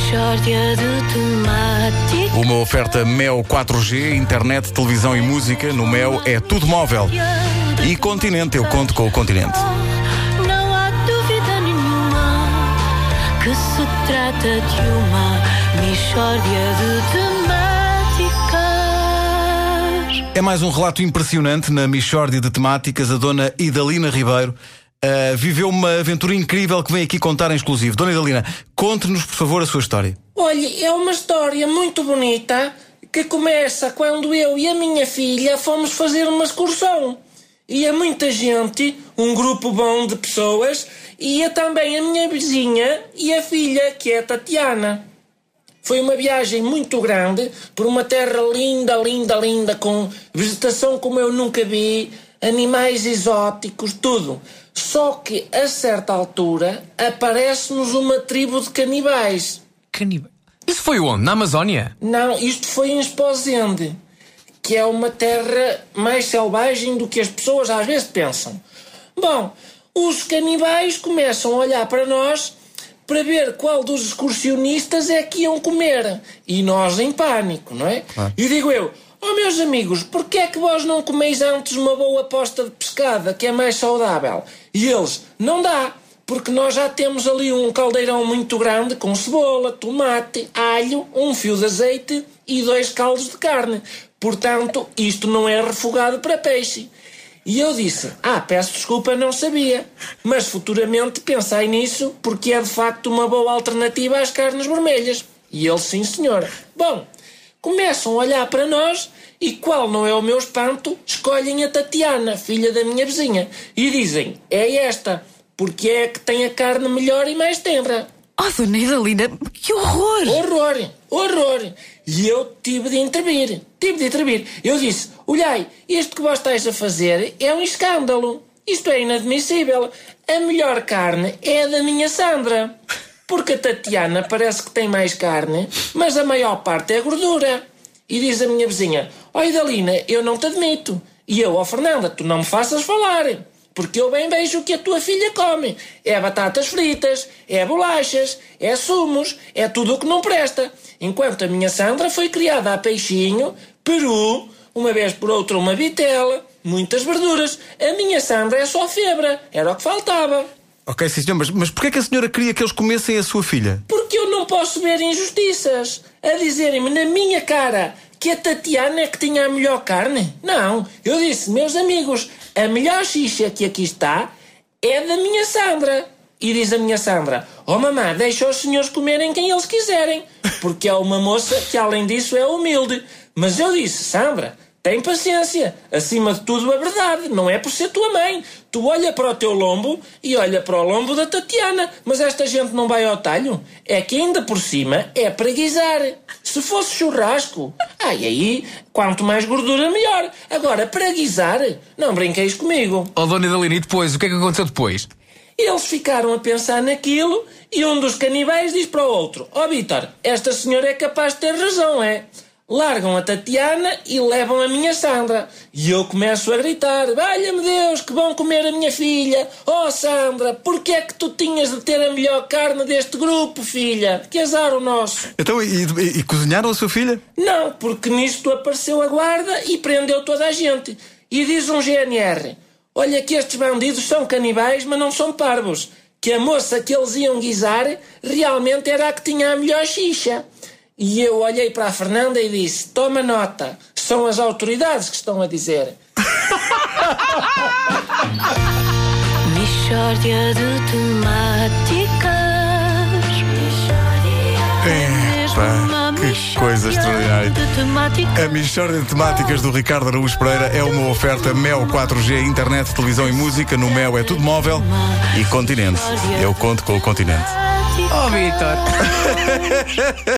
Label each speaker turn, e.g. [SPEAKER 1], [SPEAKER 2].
[SPEAKER 1] Mixórdia de temáticas.
[SPEAKER 2] Uma oferta Mel 4G, internet, televisão e música. No Mel é tudo móvel. E Continente, eu conto com o Continente.
[SPEAKER 1] Não há dúvida nenhuma que se trata de uma mixórdia de temáticas.
[SPEAKER 2] É mais um relato impressionante na Mixórdia de Temáticas. A dona Idalina Ribeiro viveu uma aventura incrível que vem aqui contar em exclusivo. Dona Idalina, conte-nos, por favor, a sua história.
[SPEAKER 3] Olha, é uma história muito bonita que começa quando eu e a minha filha fomos fazer uma excursão. Ia muita gente, um grupo bom de pessoas, ia também a minha vizinha e a filha, que é a Tatiana. Foi uma viagem muito grande, por uma terra linda, linda, linda, com vegetação como eu nunca vi, animais exóticos, tudo. Só que, a certa altura, aparece-nos uma tribo de canibais.
[SPEAKER 4] Canibais? Isso foi onde? Na Amazónia?
[SPEAKER 3] Não, isto foi em Esposende, que é uma terra mais selvagem do que as pessoas às vezes pensam. Bom, os canibais começam a olhar para nós para ver qual dos excursionistas é que iam comer. E nós em pânico, não é? E digo eu, meus amigos, porquê é que vós não comeis antes uma boa posta de pescada, que é mais saudável? E eles, não dá, porque nós já temos ali um caldeirão muito grande com cebola, tomate, alho, um fio de azeite e 2 caldos de carne. Portanto, isto não é refogado para peixe. E eu disse, peço desculpa, não sabia. Mas futuramente pensei nisso, porque é de facto uma boa alternativa às carnes vermelhas. E eles, sim senhora. Bom, começam a olhar para nós e, qual não é o meu espanto, escolhem a Tatiana, filha da minha vizinha. E dizem, é esta, porque é a que tem a carne melhor e mais tenra.
[SPEAKER 5] Oh, dona Idalina, que horror!
[SPEAKER 3] Horror! E eu tive de intervir. Eu disse, olhai, isto que vós estáis a fazer é um escândalo. Isto é inadmissível. A melhor carne é a da minha Sandra. Porque a Tatiana parece que tem mais carne, mas a maior parte é gordura. E diz a minha vizinha, Idalina, eu não te admito. E eu, Fernanda, tu não me faças falar. Porque eu bem vejo o que a tua filha come. É batatas fritas, é bolachas, é sumos, é tudo o que não presta. Enquanto a minha Sandra foi criada a peixinho, peru, uma vez por outra uma vitela, muitas verduras. A minha Sandra é só febra, era o que faltava.
[SPEAKER 2] Ok, sim senhor, mas porquê é que a senhora queria que eles comessem a sua filha?
[SPEAKER 3] Porque eu não posso ver injustiças. A dizerem-me na minha cara que a Tatiana é que tinha a melhor carne. Não, eu disse, meus amigos, a melhor xixa que aqui está é da minha Sandra. E diz a minha Sandra, mamã, deixa os senhores comerem quem eles quiserem, porque é uma moça que além disso é humilde. Mas eu disse, Sandra, tem paciência, acima de tudo a verdade, não é por ser tua mãe. Tu olha para o teu lombo e olha para o lombo da Tatiana, mas esta gente não vai ao talho. É que ainda por cima é para guisar. Se fosse churrasco, aí, quanto mais gordura melhor. Agora, para guisar, não brinqueis comigo.
[SPEAKER 4] Dona Idalina, e depois? O que é que aconteceu depois?
[SPEAKER 3] Eles ficaram a pensar naquilo e um dos canibais diz para o outro, Vítor, esta senhora é capaz de ter razão, é? Largam a Tatiana e levam a minha Sandra. E eu começo a gritar, valha-me Deus, que vão comer a minha filha. Sandra, porquê é que tu tinhas de ter a melhor carne deste grupo, filha? Que azar o nosso.
[SPEAKER 2] Então, e cozinharam a sua filha?
[SPEAKER 3] Não, porque nisto apareceu a guarda e prendeu toda a gente. E diz um GNR, olha que estes bandidos são canibais, mas não são parvos. Que a moça que eles iam guisar realmente era a que tinha a melhor xixa. E eu olhei para a Fernanda e disse, toma nota, são as autoridades que estão a dizer.
[SPEAKER 1] Mixórdia de temáticas.
[SPEAKER 2] Que coisa extraordinária. A Mixórdia de Temáticas do Ricardo Araújo Pereira é uma oferta Mel 4G, internet, televisão e música. No Mel é tudo móvel. E Continente, eu conto com o Continente.
[SPEAKER 4] Vítor!